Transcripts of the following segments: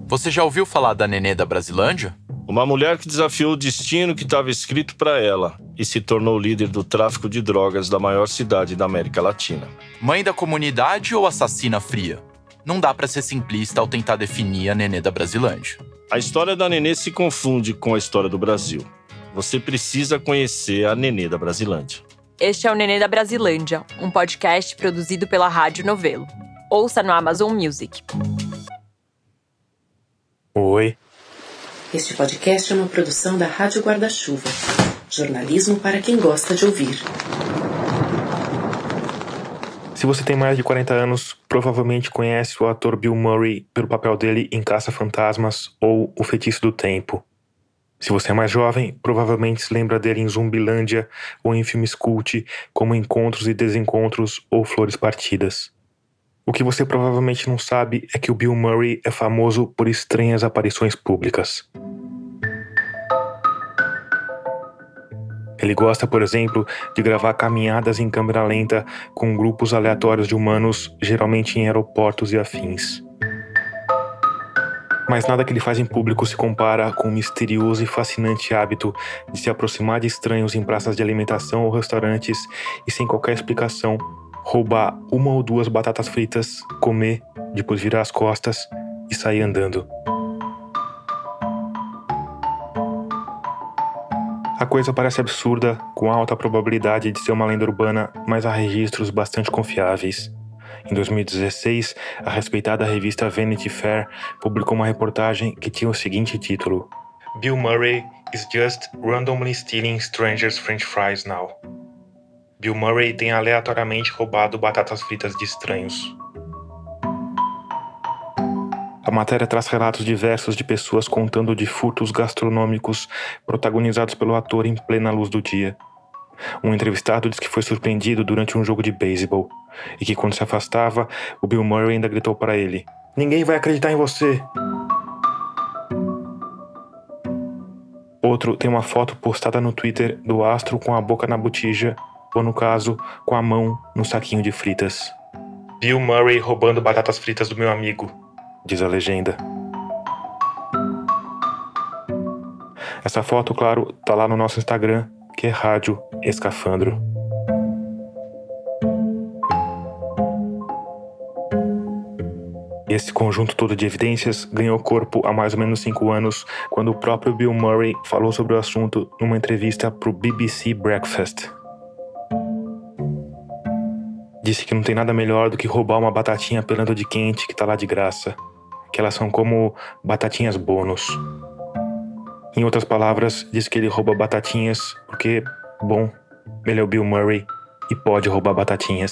Você já ouviu falar da Nenê da Brasilândia? Uma mulher que desafiou o destino que estava escrito para ela e se tornou líder do tráfico de drogas da maior cidade da América Latina. Mãe da comunidade ou assassina fria? Não dá para ser simplista ao tentar definir a Nenê da Brasilândia. A história da Nenê se confunde com a história do Brasil. Você precisa conhecer a Nenê da Brasilândia. Este é o Nenê da Brasilândia, um podcast produzido pela Rádio Novelo. Ouça no Amazon Music. Oi. Este podcast é uma produção da Rádio Guarda-Chuva. Jornalismo para quem gosta de ouvir. Se você tem mais de 40 anos, provavelmente conhece o ator Bill Murray pelo papel dele em Caça-Fantasmas ou O Feitiço do Tempo. Se você é mais jovem, provavelmente se lembra dele em Zumbilândia ou em filmes cult como Encontros e Desencontros ou Flores Partidas. O que você provavelmente não sabe é que o Bill Murray é famoso por estranhas aparições públicas. Ele gosta, por exemplo, de gravar caminhadas em câmera lenta com grupos aleatórios de humanos, geralmente em aeroportos e afins. Mas nada que ele faz em público se compara com o misterioso e fascinante hábito de se aproximar de estranhos em praças de alimentação ou restaurantes e, sem qualquer explicação, roubar uma ou duas batatas fritas, comer, depois virar as costas e sair andando. A coisa parece absurda, com alta probabilidade de ser uma lenda urbana, mas há registros bastante confiáveis. Em 2016, a respeitada revista Vanity Fair publicou uma reportagem que tinha o seguinte título: Bill Murray is just randomly stealing strangers' French fries now. Bill Murray tem aleatoriamente roubado batatas fritas de estranhos. A matéria traz relatos diversos de pessoas contando de furtos gastronômicos protagonizados pelo ator em plena luz do dia. Um entrevistado diz que foi surpreendido durante um jogo de beisebol e que, quando se afastava, o Bill Murray ainda gritou para ele: "Ninguém vai acreditar em você!" Outro tem uma foto postada no Twitter do astro com a boca na botija, ou no caso, com a mão no saquinho de fritas. Bill Murray roubando batatas fritas do meu amigo, diz a legenda. Essa foto, claro, tá lá no nosso Instagram, que é Rádio Escafandro. Esse conjunto todo de evidências ganhou corpo há mais ou menos 5 anos, quando o próprio Bill Murray falou sobre o assunto numa entrevista pro BBC Breakfast. Disse que não tem nada melhor do que roubar uma batatinha pelando de quente que tá lá de graça, que elas são como batatinhas bônus. Em outras palavras, diz que ele rouba batatinhas porque, bom, ele é o Bill Murray e pode roubar batatinhas.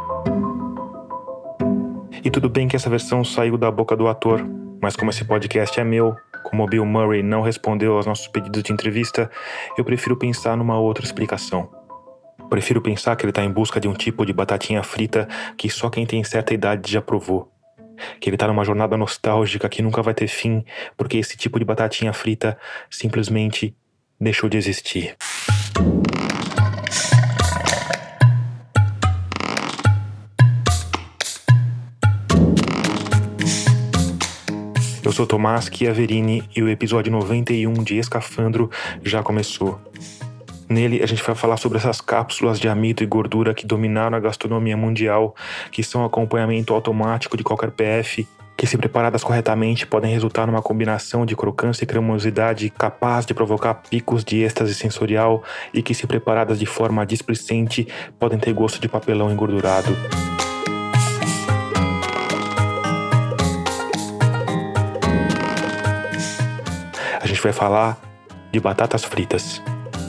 E tudo bem que essa versão saiu da boca do ator, mas como esse podcast é meu, como o Bill Murray não respondeu aos nossos pedidos de entrevista, eu prefiro pensar numa outra explicação. Prefiro pensar que ele está em busca de um tipo de batatinha frita que só quem tem certa idade já provou. Que ele está numa jornada nostálgica que nunca vai ter fim, porque esse tipo de batatinha frita simplesmente deixou de existir. Eu sou Tomás Chiaverini e o episódio 91 de Escafandro já começou. Nele, a gente vai falar sobre essas cápsulas de amido e gordura que dominaram a gastronomia mundial, que são acompanhamento automático de qualquer PF, que, se preparadas corretamente, podem resultar numa combinação de crocância e cremosidade capaz de provocar picos de êxtase sensorial e que, se preparadas de forma displicente, podem ter gosto de papelão engordurado. A gente vai falar de batatas fritas.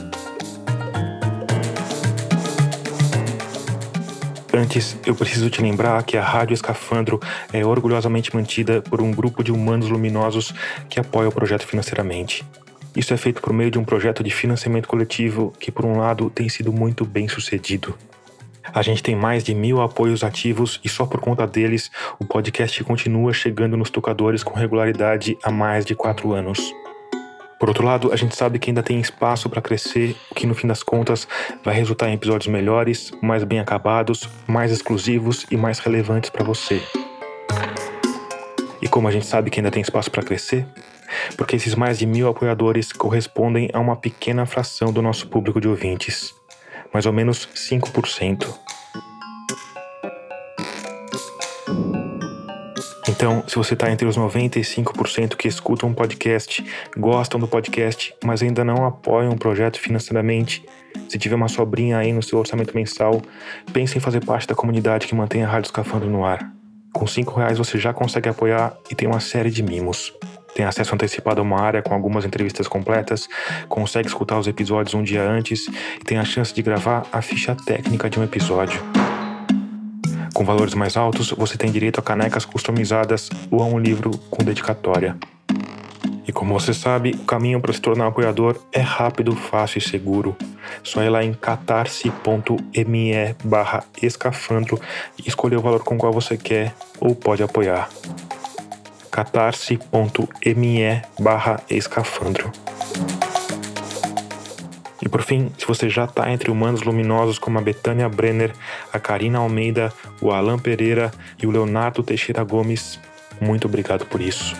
Antes, eu preciso te lembrar que a Rádio Escafandro é orgulhosamente mantida por um grupo de humanos luminosos que apoia o projeto financeiramente. Isso é feito por meio de um projeto de financiamento coletivo que, por um lado, tem sido muito bem sucedido. A gente tem mais de 1.000 apoios ativos e só por conta deles, o podcast continua chegando nos tocadores com regularidade há mais de 4 anos. Por outro lado, a gente sabe que ainda tem espaço para crescer, o que no fim das contas vai resultar em episódios melhores, mais bem acabados, mais exclusivos e mais relevantes para você. E como a gente sabe que ainda tem espaço para crescer? Porque esses mais de 1.000 apoiadores correspondem a uma pequena fração do nosso público de ouvintes. Mais ou menos 5%. Então, se você está entre os 95% que escutam um podcast, gostam do podcast, mas ainda não apoiam o projeto financeiramente, se tiver uma sobrinha aí no seu orçamento mensal, pense em fazer parte da comunidade que mantém a Rádio Escafandro no ar. Com R$5 você já consegue apoiar e tem uma série de mimos. Tem acesso antecipado a uma área com algumas entrevistas completas, consegue escutar os episódios um dia antes e tem a chance de gravar a ficha técnica de um episódio. Com valores mais altos, você tem direito a canecas customizadas ou a um livro com dedicatória. E como você sabe, o caminho para se tornar apoiador é rápido, fácil e seguro. Só ir lá em catarse.me/escafandro e escolher o valor com o qual você quer ou pode apoiar. catarse.me/escafandro. E por fim, se você já está entre humanos luminosos como a Betânia Brenner, a Karina Almeida, o Alan Pereira e o Leonardo Teixeira Gomes, muito obrigado por isso.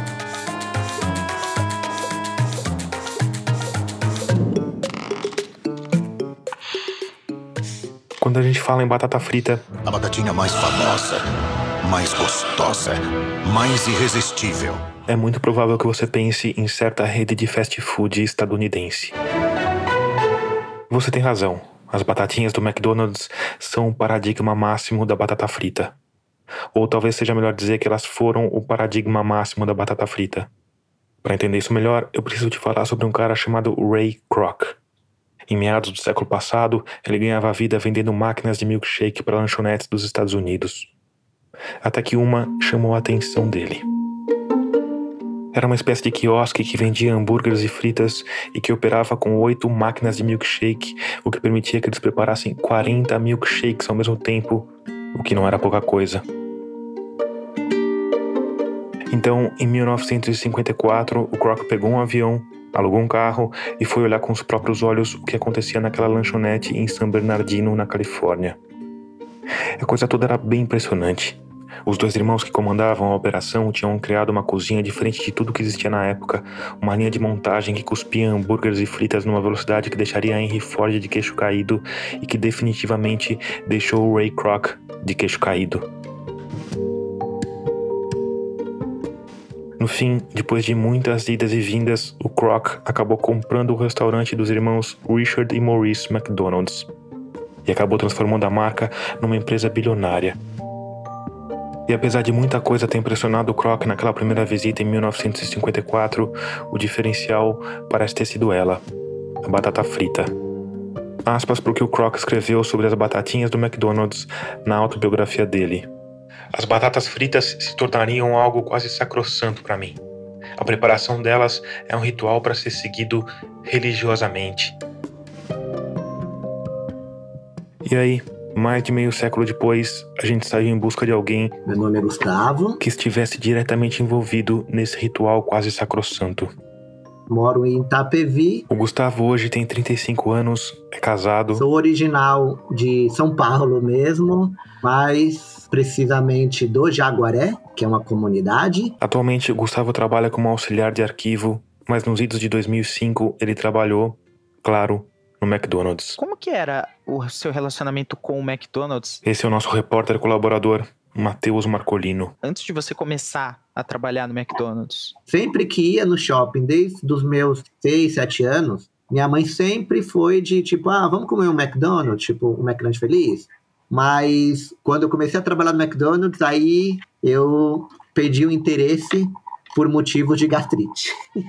Quando a gente fala em batata frita, a batatinha mais famosa, mais gostosa, mais irresistível. É muito provável que você pense em certa rede de fast food estadunidense. Você tem razão. As batatinhas do McDonald's são o paradigma máximo da batata frita. Ou talvez seja melhor dizer que elas foram o paradigma máximo da batata frita. Para entender isso melhor, eu preciso te falar sobre um cara chamado Ray Kroc. Em meados do século passado, ele ganhava a vida vendendo máquinas de milkshake para lanchonetes dos Estados Unidos. Até que uma chamou a atenção dele. Era uma espécie de quiosque que vendia hambúrgueres e fritas e que operava com 8 máquinas de milkshake, o que permitia que eles preparassem 40 milkshakes ao mesmo tempo, o que não era pouca coisa. Então, em 1954, o Kroc pegou um avião, alugou um carro e foi olhar com os próprios olhos o que acontecia naquela lanchonete em San Bernardino, na Califórnia. A coisa toda era bem impressionante. Os 2 irmãos que comandavam a operação tinham criado uma cozinha diferente de tudo que existia na época, uma linha de montagem que cuspia hambúrgueres e fritas numa velocidade que deixaria Henry Ford de queixo caído e que definitivamente deixou o Ray Kroc de queixo caído. No fim, depois de muitas idas e vindas, o Kroc acabou comprando o restaurante dos irmãos Richard e Maurice McDonald's e acabou transformando a marca numa empresa bilionária. E apesar de muita coisa ter impressionado o Kroc naquela primeira visita em 1954, o diferencial parece ter sido ela, a batata frita. Aspas para o que o Kroc escreveu sobre as batatinhas do McDonald's na autobiografia dele. As batatas fritas se tornariam algo quase sacrossanto para mim. A preparação delas é um ritual para ser seguido religiosamente. E aí, mais de meio século depois, a gente saiu em busca de alguém, meu nome é Gustavo, que estivesse diretamente envolvido nesse ritual quase sacrossanto. Moro em Itapevi. O Gustavo hoje tem 35 anos, é casado. Sou original de São Paulo mesmo, mas precisamente do Jaguaré, que é uma comunidade. Atualmente, o Gustavo trabalha como auxiliar de arquivo, mas nos idos de 2005 ele trabalhou, claro, no McDonald's. Como que era o seu relacionamento com o McDonald's? Esse é o nosso repórter colaborador, Matheus Marcolino. Antes de você começar a trabalhar no McDonald's? Sempre que ia no shopping, desde os meus 6, 7 anos, minha mãe sempre foi de tipo, vamos comer um McDonald's, tipo um McLanche Feliz. Mas quando eu comecei a trabalhar no McDonald's, aí eu perdi o interesse por motivos de gastrite.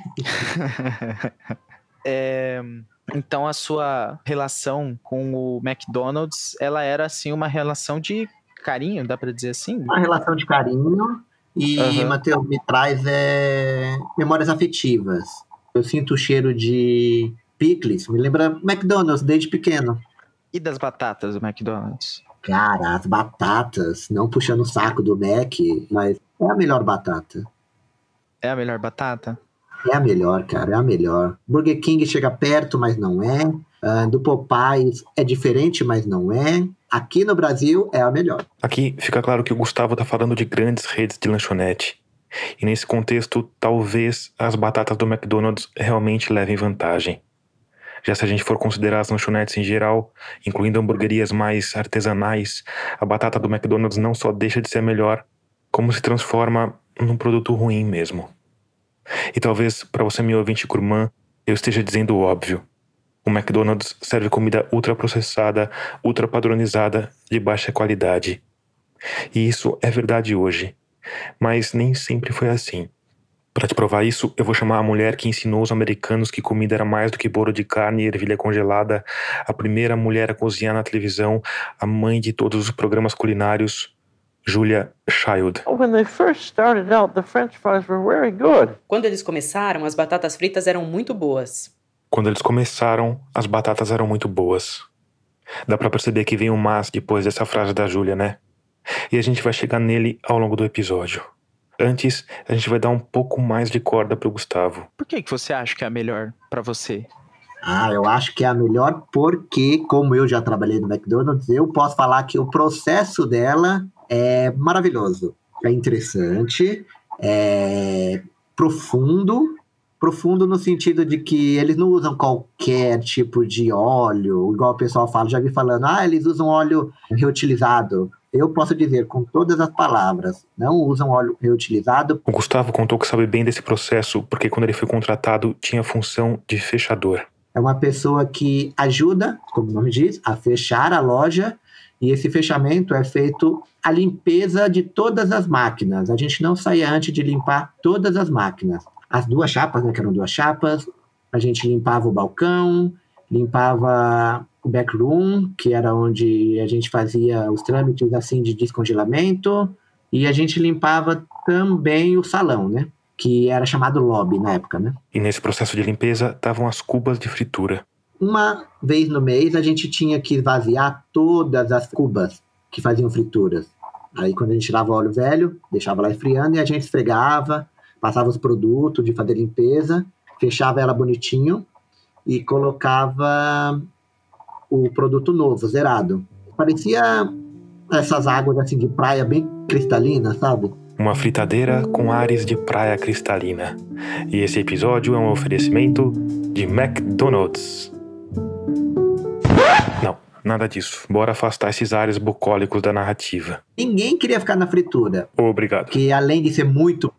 Então a sua relação com o McDonald's, ela era assim uma relação de carinho, dá pra dizer assim? Uma relação de carinho e, Matheus, me traz memórias afetivas. Eu sinto o cheiro de picles, me lembra McDonald's desde pequeno. E das batatas do McDonald's? Cara, as batatas, não puxando o saco do Mac, mas é a melhor batata. É a melhor batata? É a melhor, cara, é a melhor. Burger King chega perto, mas não é. Do Popeyes é diferente, mas não é. Aqui no Brasil é a melhor. Aqui fica claro que o Gustavo tá falando de grandes redes de lanchonete. E nesse contexto, talvez as batatas do McDonald's realmente levem vantagem. Já se a gente for considerar as lanchonetes em geral, incluindo hamburguerias mais artesanais, a batata do McDonald's não só deixa de ser melhor, como se transforma num produto ruim mesmo. E talvez, para você meu ouvinte gourmand, eu esteja dizendo o óbvio. O McDonald's serve comida ultraprocessada, ultrapadronizada, de baixa qualidade. E isso é verdade hoje. Mas nem sempre foi assim. Para te provar isso, eu vou chamar a mulher que ensinou os americanos que comida era mais do que bolo de carne e ervilha congelada, a primeira mulher a cozinhar na televisão, a mãe de todos os programas culinários, Julia Child. When they first started out, the French fries were very good. Quando eles começaram, as batatas fritas eram muito boas. Quando eles começaram, as batatas eram muito boas. Dá pra perceber que vem um mas depois dessa frase da Julia, né? E a gente vai chegar nele ao longo do episódio. Antes, a gente vai dar um pouco mais de corda pro Gustavo. Por que você acha que é a melhor pra você? Eu acho que é a melhor porque, como eu já trabalhei no McDonald's, eu posso falar que o processo dela é maravilhoso. É interessante, é profundo no sentido de que eles não usam qualquer tipo de óleo, igual o pessoal fala, já vi falando, eles usam óleo reutilizado. Eu posso dizer com todas as palavras, não usam óleo reutilizado. O Gustavo contou que sabe bem desse processo, porque quando ele foi contratado, tinha a função de fechador. É uma pessoa que ajuda, como o nome diz, a fechar a loja, e esse fechamento é feito a limpeza de todas as máquinas. A gente não saía antes de limpar todas as máquinas. As duas chapas, né, que eram duas chapas, a gente limpava o balcão, limpava o backroom, que era onde a gente fazia os trâmites assim de descongelamento, e a gente limpava também o salão, né, que era chamado lobby na época, né. E nesse processo de limpeza estavam as cubas de fritura. Uma vez no mês a gente tinha que esvaziar todas as cubas que faziam frituras. Aí quando a gente tirava o óleo velho, deixava lá esfriando e a gente esfregava, passava os produtos de fazer limpeza, fechava ela bonitinho e colocava o produto novo, zerado. Parecia essas águas assim de praia bem cristalinas, sabe? Uma fritadeira com ares de praia cristalina. E esse episódio é um oferecimento de McDonald's. Não, nada disso. Bora afastar esses ares bucólicos da narrativa. Ninguém queria ficar na fritura. Obrigado. Que além de ser muito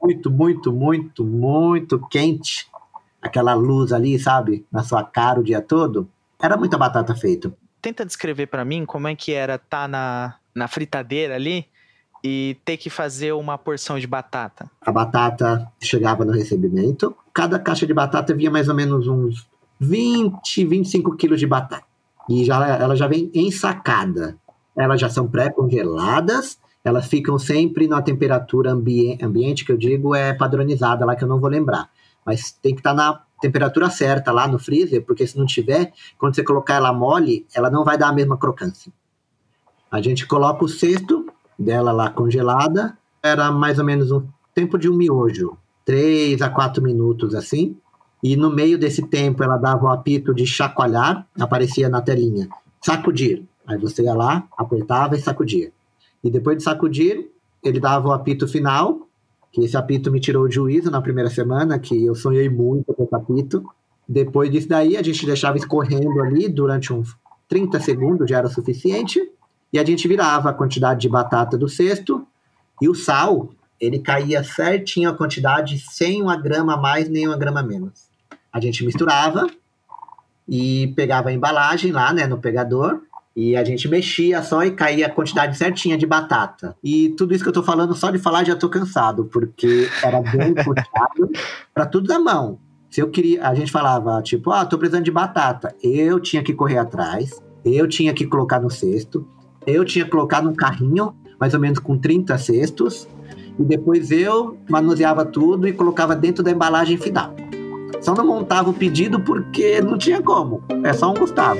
quente, aquela luz ali, sabe, na sua cara o dia todo, era muita batata feita. Tenta descrever pra mim como é que era estar na fritadeira ali e ter que fazer uma porção de batata. A batata chegava no recebimento. Cada caixa de batata vinha mais ou menos uns 20, 25 quilos de batata. E ela já vem ensacada. Elas já são pré-congeladas. Elas ficam sempre na temperatura ambiente, que eu digo, é padronizada lá, que eu não vou lembrar. Mas tem que estar na temperatura certa lá no freezer, porque se não tiver, quando você colocar ela mole, ela não vai dar a mesma crocância. A gente coloca o cesto dela lá congelada. Era mais ou menos o tempo de um miojo. 3 a 4 minutos assim. E no meio desse tempo ela dava o apito de chacoalhar, aparecia na telinha, sacudir. Aí você ia lá, apertava e sacudia. E depois de sacudir, ele dava o apito final, que esse apito me tirou o juízo na primeira semana, que eu sonhei muito com esse apito. Depois disso daí, a gente deixava escorrendo ali durante uns 30 segundos, já era o suficiente, e a gente virava a quantidade de batata do cesto, e o sal, ele caía certinho a quantidade, sem 1 grama a mais, nem 1 grama a menos. A gente misturava e pegava a embalagem lá, né, no pegador, e a gente mexia só e caía a quantidade certinha de batata. E tudo isso que eu tô falando, só de falar já tô cansado, porque era bem puxado, para tudo na mão. Se eu queria, a gente falava, tipo, tô precisando de batata. Eu tinha que correr atrás, eu tinha que colocar no cesto, eu tinha que colocar num carrinho, mais ou menos com 30 cestos, e depois eu manuseava tudo e colocava dentro da embalagem final. Só não montava o pedido porque não tinha como. É só um Gustavo.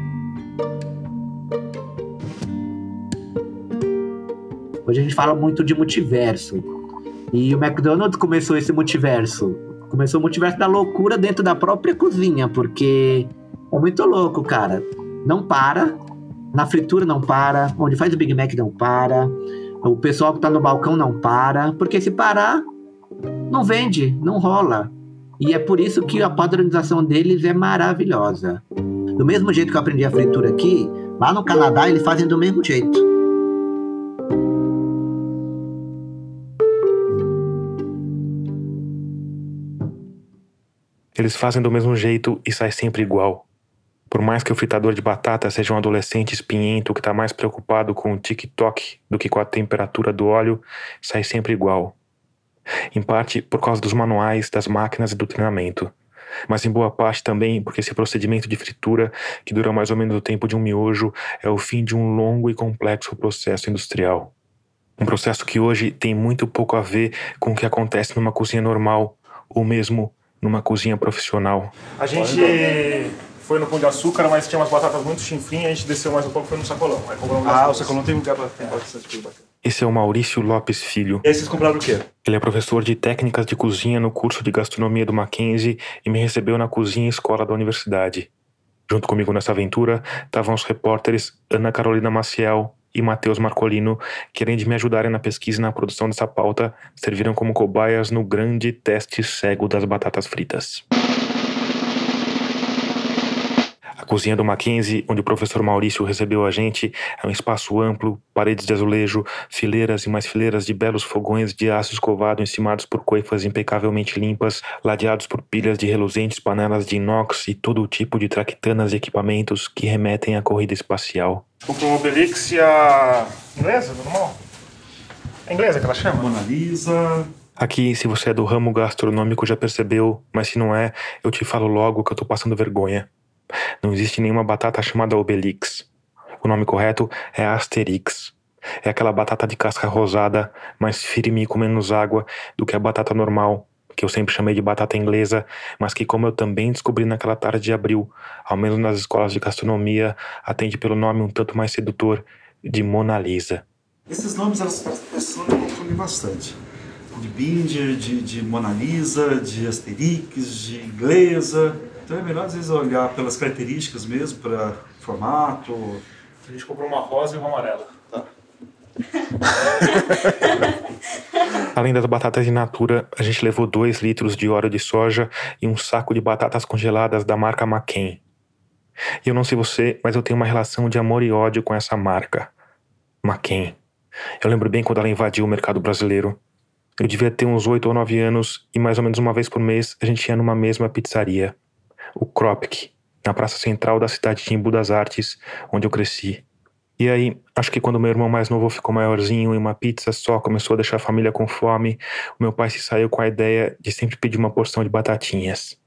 Hoje a gente fala muito de multiverso. E o McDonald's começou esse multiverso. Começou o multiverso da loucura dentro da própria cozinha, porque é muito louco, cara. Não para. Na fritura não para. Onde faz o Big Mac não para. O pessoal que tá no balcão não para. Porque se parar, não vende, não rola. E é por isso que a padronização deles é maravilhosa. Do mesmo jeito que eu aprendi a fritura aqui, lá no Canadá eles fazem do mesmo jeito. Eles fazem do mesmo jeito e sai sempre igual. Por mais que o fritador de batata seja um adolescente espinhento que está mais preocupado com o TikTok do que com a temperatura do óleo, sai sempre igual. Em parte por causa dos manuais, das máquinas e do treinamento. Mas em boa parte também porque esse procedimento de fritura, que dura mais ou menos o tempo de um miojo, é o fim de um longo e complexo processo industrial. Um processo que hoje tem muito pouco a ver com o que acontece numa cozinha normal, ou mesmo numa cozinha profissional. A gente foi no Pão de Açúcar, mas tinha umas batatas muito chinfrinhas, a gente desceu mais um pouco e foi no Sacolão. O Sacolão tem um lugar bastante coisa bacana. Esse é o Maurício Lopes Filho. E aí vocês compraram o quê? Ele é professor de técnicas de cozinha no curso de gastronomia do Mackenzie e me recebeu na cozinha escola da universidade. Junto comigo nessa aventura estavam os repórteres Ana Carolina Maciel e Matheus Marcolino, que além de me ajudarem na pesquisa e na produção dessa pauta, serviram como cobaias no grande teste cego das batatas fritas. A cozinha do Mackenzie, onde o professor Maurício recebeu a gente, é um espaço amplo, paredes de azulejo, fileiras e mais fileiras de belos fogões de aço escovado encimados por coifas impecavelmente limpas, ladeados por pilhas de reluzentes panelas de inox e todo o tipo de traquitanas e equipamentos que remetem à corrida espacial. Comprou uma Obelix e a inglesa, normal? É inglesa que ela chama? Mona Lisa. Aqui, se você é do ramo gastronômico, já percebeu, mas se não é, eu te falo logo que eu tô passando vergonha. Não existe nenhuma batata chamada Obelix. O nome correto é Asterix. É aquela batata de casca rosada, mais firme e com menos água do que a batata normal, que eu sempre chamei de batata inglesa, mas que, como eu também descobri naquela tarde de abril, ao menos nas escolas de gastronomia, atende pelo nome um tanto mais sedutor de Mona Lisa. Esses nomes, esses nomes confundem bastante. De Binder, de Mona Lisa, de Asterix, de inglesa. Então é melhor às vezes olhar pelas características mesmo, para formato. A gente comprou uma rosa e uma amarela. Tá. Além das batatas in natura, a gente levou 2 litros de óleo de soja e um saco de batatas congeladas da marca McCain. E eu não sei você, mas eu tenho uma relação de amor e ódio com essa marca. McCain. Eu lembro bem quando ela invadiu o mercado brasileiro. Eu devia ter uns 8 ou 9 anos e mais ou menos uma vez por mês a gente ia numa mesma pizzaria. O Kropik, na praça central da cidade de Embu das Artes, onde eu cresci. E aí, acho que quando meu irmão mais novo ficou maiorzinho e uma pizza só começou a deixar a família com fome, o meu pai se saiu com a ideia de sempre pedir uma porção de batatinhas.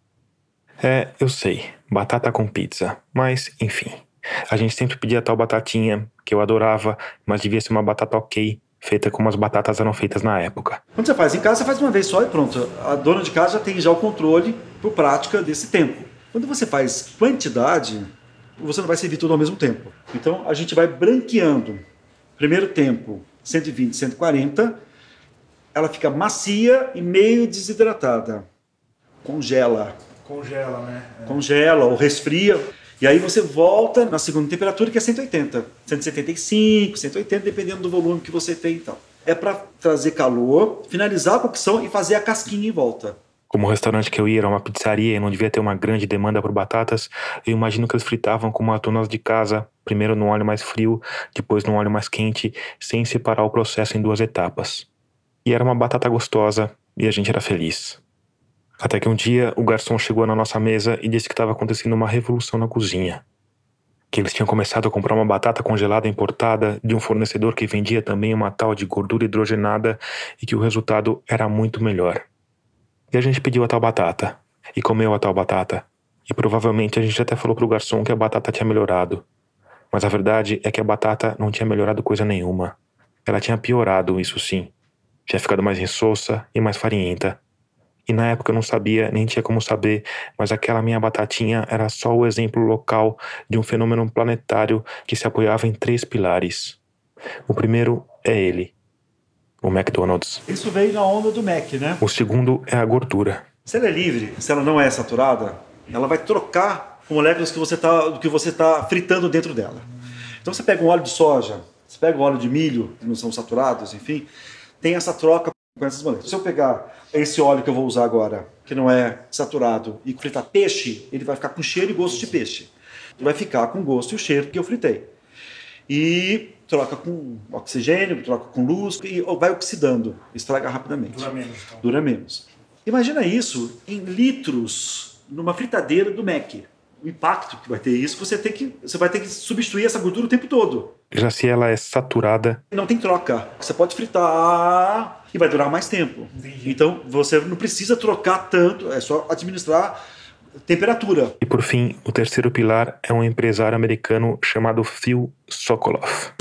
Eu sei, batata com pizza, mas enfim. A gente sempre pedia tal batatinha, que eu adorava, mas devia ser uma batata ok, feita como as batatas eram feitas na época. Quando você faz em casa, você faz uma vez só e pronto. A dona de casa já tem o controle por prática desse tempo. Quando você faz quantidade, você não vai servir tudo ao mesmo tempo. Então a gente vai branqueando. Primeiro tempo, 120, 140. Ela fica macia e meio desidratada. Congela. Congela, né? Congela ou resfria. E aí você volta na segunda temperatura, que é 180. 175, 180, dependendo do volume que você tem e tal. É para trazer calor, finalizar a cocção e fazer a casquinha em volta. Como o restaurante que eu ia era uma pizzaria e não devia ter uma grande demanda por batatas, eu imagino que eles fritavam como as donas de casa, primeiro num óleo mais frio, depois num óleo mais quente, sem separar o processo em 2 etapas. E era uma batata gostosa e a gente era feliz. Até que um dia o garçom chegou na nossa mesa e disse que estava acontecendo uma revolução na cozinha. Que eles tinham começado a comprar uma batata congelada importada de um fornecedor que vendia também uma tal de gordura hidrogenada e que o resultado era muito melhor. E a gente pediu a tal batata, e comeu a tal batata, e provavelmente a gente até falou pro garçom que a batata tinha melhorado. Mas a verdade é que a batata não tinha melhorado coisa nenhuma. Ela tinha piorado, isso sim. Tinha ficado mais insossa e mais farinhenta. E na época eu não sabia, nem tinha como saber, mas aquela minha batatinha era só o exemplo local de um fenômeno planetário que se apoiava em 3 pilares. O primeiro é ele. O McDonald's. Isso veio na onda do Mac, né? O segundo é a gordura. Se ela é livre, se ela não é saturada, ela vai trocar com moléculas que você tá fritando dentro dela. Então você pega um óleo de soja, você pega um óleo de milho, que não são saturados, enfim, tem essa troca com essas moléculas. Se eu pegar esse óleo que eu vou usar agora, que não é saturado, e fritar peixe, ele vai ficar com cheiro e gosto de peixe. Ele vai ficar com o gosto e o cheiro que eu fritei. E troca com oxigênio, troca com luz e vai oxidando, estraga rapidamente. Dura menos. Então. Dura menos. Imagina isso em litros numa fritadeira do Mac. O impacto que vai ter isso, você vai ter que substituir essa gordura o tempo todo. Já se ela é saturada... Não tem troca. Você pode fritar e vai durar mais tempo. Entendi. Então você não precisa trocar tanto, é só administrar temperatura. E por fim, o terceiro pilar é um empresário americano chamado Phil Sokoloff.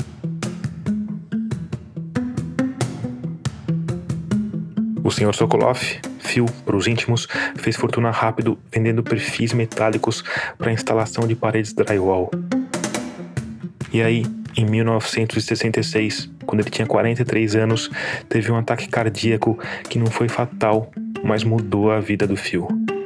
O Sr. Sokoloff, Phil, para os íntimos, fez fortuna rápido vendendo perfis metálicos para instalação de paredes drywall. E aí, em 1966, quando ele tinha 43 anos, teve um ataque cardíaco que não foi fatal, mas mudou a vida do Phil.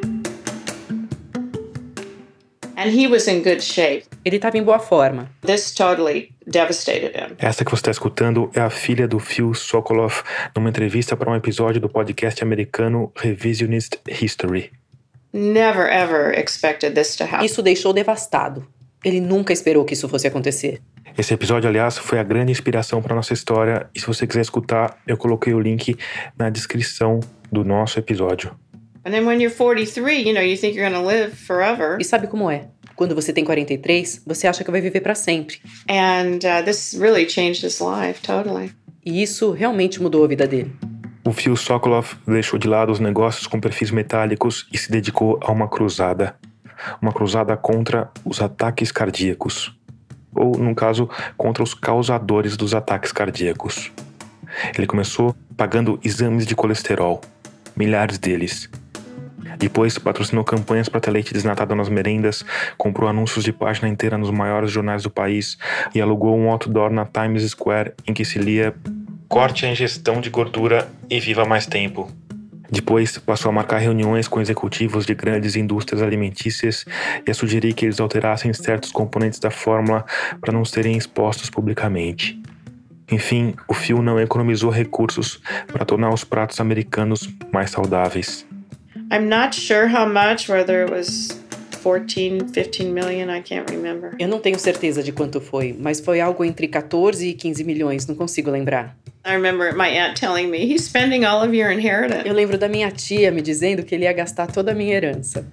And he was in good shape. Ele estava em boa forma. This totally devastated him. Essa que você está escutando é a filha do Phil Sokoloff, numa entrevista para um episódio do podcast americano Revisionist History. Never ever expected this to happen. Isso o deixou devastado. Ele nunca esperou que isso fosse acontecer. Esse episódio, aliás, foi a grande inspiração para nossa história, e se você quiser escutar, eu coloquei o link na descrição do nosso episódio. And then when you're 43, you think you're going to live forever. E sabe como é? Quando você tem 43, você acha que vai viver para sempre. And this really changed his life, totally. E isso realmente mudou a vida dele. O Phil Sokoloff deixou de lado os negócios com perfis metálicos e se dedicou a uma cruzada. Uma cruzada contra os ataques cardíacos. Ou, no caso, contra os causadores dos ataques cardíacos. Ele começou pagando exames de colesterol. Milhares deles. Depois, patrocinou campanhas para ter leite desnatado nas merendas, comprou anúncios de página inteira nos maiores jornais do país e alugou um outdoor na Times Square em que se lia "Corte a ingestão de gordura e viva mais tempo". Depois, passou a marcar reuniões com executivos de grandes indústrias alimentícias e a sugerir que eles alterassem certos componentes da fórmula para não serem expostos publicamente. Enfim, o Phil não economizou recursos para tornar os pratos americanos mais saudáveis. I'm not sure how much, whether it was 14, 15 million, I can't remember. Eu não tenho certeza de quanto foi, mas foi algo entre 14 e 15 milhões, não consigo lembrar. I remember my aunt telling me, he's spending all of your inheritance. Eu lembro da minha tia me dizendo que ele ia gastar toda a minha herança.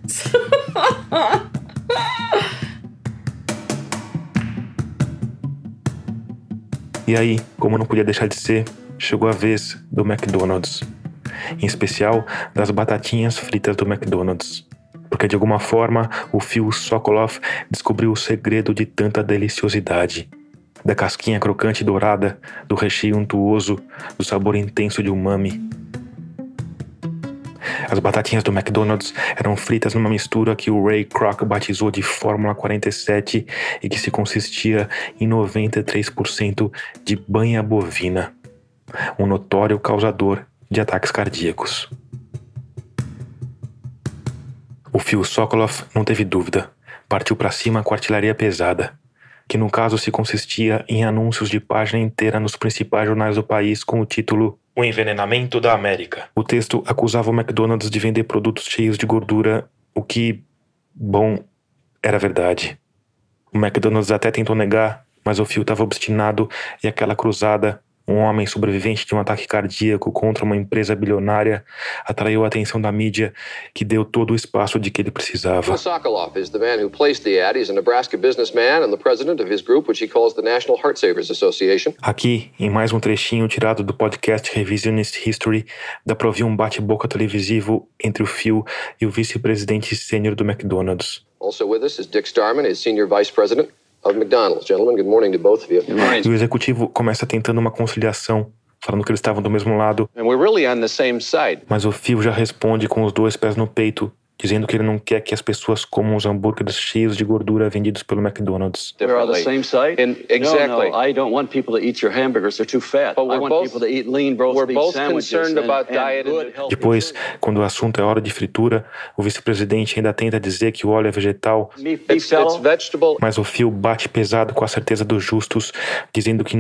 E aí, como não podia deixar de ser, chegou a vez do McDonald's. Em especial, das batatinhas fritas do McDonald's. Porque de alguma forma, o Phil Sokoloff descobriu o segredo de tanta deliciosidade. Da casquinha crocante e dourada, do recheio untuoso, do sabor intenso de umami. As batatinhas do McDonald's eram fritas numa mistura que o Ray Kroc batizou de Fórmula 47 e que se consistia em 93% de banha bovina, um notório causador de ataques cardíacos. O Phil Sokoloff não teve dúvida, partiu para cima com artilharia pesada, que no caso se consistia em anúncios de página inteira nos principais jornais do país com o título "O Envenenamento da América". O texto acusava o McDonald's de vender produtos cheios de gordura, o que, bom, era verdade. O McDonald's até tentou negar, mas o Phil estava obstinado e aquela cruzada, um homem sobrevivente de um ataque cardíaco contra uma empresa bilionária, atraiu a atenção da mídia, que deu todo o espaço de que ele precisava. Phil Sokoloff is the man who placed the ad. He's a Nebraska businessman and the president of his group, which he calls the National Heart Savers Association. Aqui, em mais um trechinho tirado do podcast Revisionist History, dá para ouvir um bate-boca televisivo entre o Phil e o vice-presidente sênior do McDonald's. Also with us is Dick Starman, his senior vice president of McDonald's. Gentlemen, good morning to both of you. E o executivo começa tentando uma conciliação, falando que eles estavam do mesmo lado. And we're really on the same side. Mas o Phil já responde com os dois pés no peito, dizendo que ele não quer que as pessoas comam os hambúrgueres cheios de gordura vendidos pelo McDonald's. We're on the same side? Exactly. No, I don't want people to eat your hamburgers. They're too fat. I want people to eat lean roast beef sandwiches and good healthy. Depois, quando o assunto é hora de fritura, o vice-presidente ainda tenta dizer que o óleo é vegetal, It's vegetable. mas o Phil bate pesado com a certeza dos justos, dizendo que não,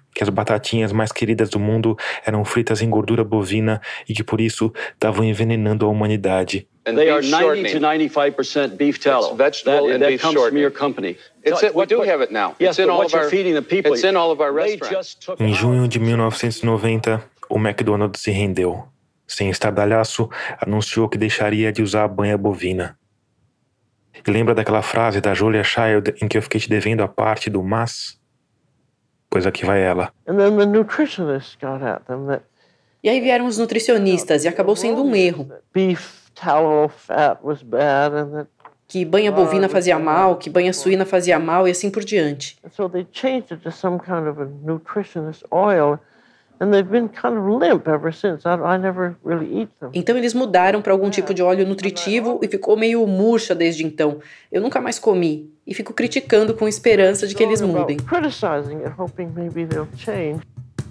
que as batatinhas mais queridas do mundo eram fritas em gordura bovina e que por isso estavam envenenando a humanidade. They are 90 to 95% beef tallow. It's vegetable and beef comes shortening. from your company. We do have it now. Yes, it's in but all what of our, you're feeding the people. It's in all of our They restaurants. just took Em junho de 1990, o McDonald's se rendeu. Sem estardalhaço, anunciou que deixaria de usar a banha bovina. E lembra daquela frase da Julia Child em que eu fiquei te devendo a parte do mas? Pois aqui vai ela. And then the nutritionists got at them that E aí vieram os nutricionistas e acabou sendo um erro. beef tallow fat was bad and that Que banha bovina fazia mal, que banha suína fazia mal e assim por diante. so they changed it to some kind of a nutritionist oil, and they've been kind of limp ever since. I never really eat them. Então eles mudaram para algum tipo de óleo nutritivo e ficou meio murcha desde então. Eu nunca mais comi e fico criticando com esperança de que eles mudem. Criticizing it, hoping maybe they'll change.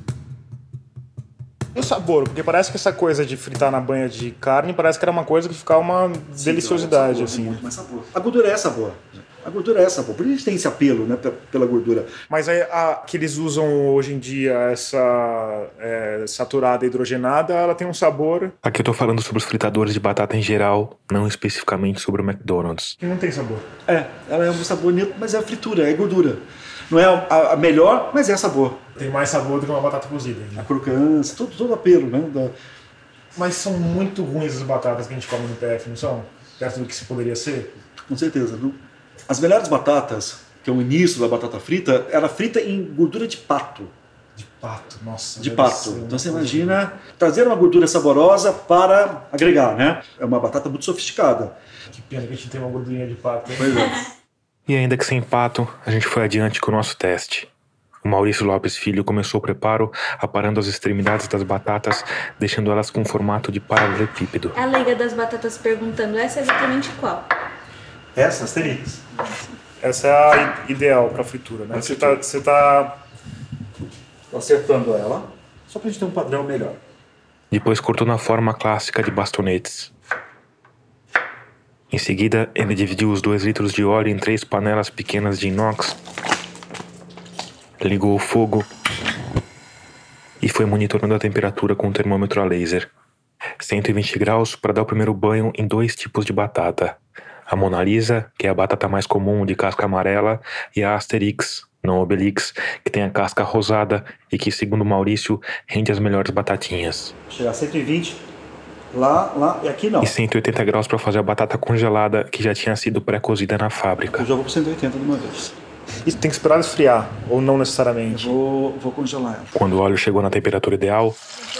E o sabor? Porque parece que essa coisa de fritar na banha de carne parece que era uma coisa que ficava uma deliciosidade, assim. Muito mais sabor. A gordura é sabor. A gordura é sabor. Por isso a gente tem esse apelo, né, pela gordura. Mas aí a que eles usam hoje em dia, essa saturada hidrogenada, ela tem um sabor... Aqui eu tô falando sobre os fritadores de batata em geral, não especificamente sobre o McDonald's. que não tem sabor. Ela é um sabor neutro, mas é fritura, é gordura. Não é a melhor, mas é sabor. Tem mais sabor do que uma batata cozida. Né? A crocância, todo apelo, né? Mas são muito ruins as batatas que a gente come no PF, não são? Perto do que se poderia ser? Com certeza, viu? As melhores batatas, que é o início da batata frita, era frita em gordura de pato. De pato, nossa. De pato. Então você imagina trazer uma gordura saborosa para agregar, né? É uma batata muito sofisticada. Que pena que a gente tem uma gordurinha de pato. Hein? Pois é. E ainda que sem pato, a gente foi adiante com o nosso teste. O Maurício Lopes Filho começou o preparo aparando as extremidades das batatas, deixando elas com formato de paralelepípedo. A leiga das batatas perguntando, essa é exatamente qual? Essa, Asterix. Essa é a ideal para fritura, né? Você tá acertando ela, só pra gente ter um padrão melhor. Depois cortou na forma clássica de bastonetes. Em seguida, ele dividiu os 2 litros de óleo em 3 panelas pequenas de inox, ligou o fogo e foi monitorando a temperatura com o termômetro a laser. 120 graus para dar o primeiro banho em 2 tipos de batata. A Mona Lisa, que é a batata mais comum de casca amarela, e a Asterix, não Obelix, que tem a casca rosada e que, segundo Maurício, rende as melhores batatinhas. Chegar a 120, lá e aqui não. E 180 graus para fazer a batata congelada, que já tinha sido pré-cozida na fábrica. Eu já vou para 180 de uma vez. Isso tem que esperar esfriar, ou não necessariamente? Eu vou congelar ela. Quando o óleo chegou na temperatura ideal,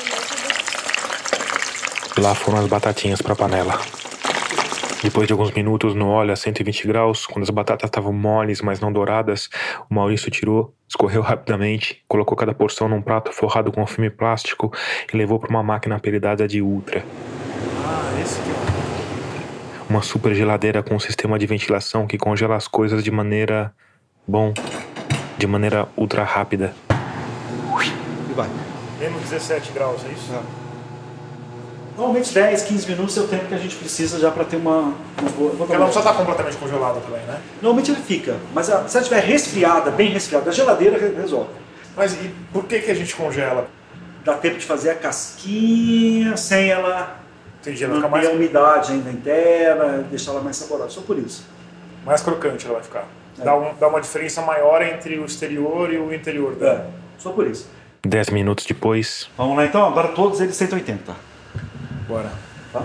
lá foram as batatinhas para a panela. Depois de alguns minutos no óleo a 120 graus, quando as batatas estavam moles, mas não douradas, o Maurício tirou, escorreu rapidamente, colocou cada porção num prato forrado com filme plástico e levou para uma máquina apelidada de Ultra. Esse aqui. Uma super geladeira com um sistema de ventilação que congela as coisas de maneira... de maneira ultra rápida. E vai. Menos 17 graus, é isso? Normalmente 10, 15 minutos é o tempo que a gente precisa já para ter uma boa... Porque ela não precisa estar completamente congelada também, né? Normalmente ele fica, mas se ela estiver resfriada, bem resfriada, a geladeira resolve. Mas e por que a gente congela? Dá tempo de fazer a casquinha sem ela... Entendi, ela não fica mais... a umidade ainda interna, deixar ela mais saborosa, só por isso. Mais crocante ela vai ficar. Dá uma diferença maior entre o exterior e o interior dela. Só por isso. 10 minutos depois... Vamos lá então, agora todos eles 180. Bora. Tá?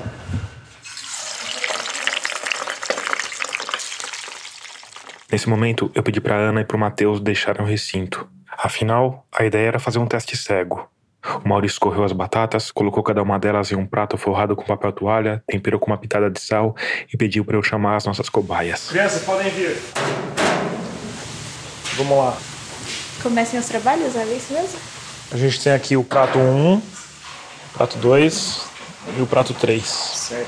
Nesse momento, eu pedi pra Ana e pro Matheus deixarem o recinto. Afinal, a ideia era fazer um teste cego. O Maurício escorreu as batatas, colocou cada uma delas em um prato forrado com papel toalha, temperou com uma pitada de sal e pediu pra eu chamar as nossas cobaias. Crianças, podem vir. Vamos lá. Comecem os trabalhos, é isso mesmo? A gente tem aqui o prato 1, prato 2 e o prato 3. Certo.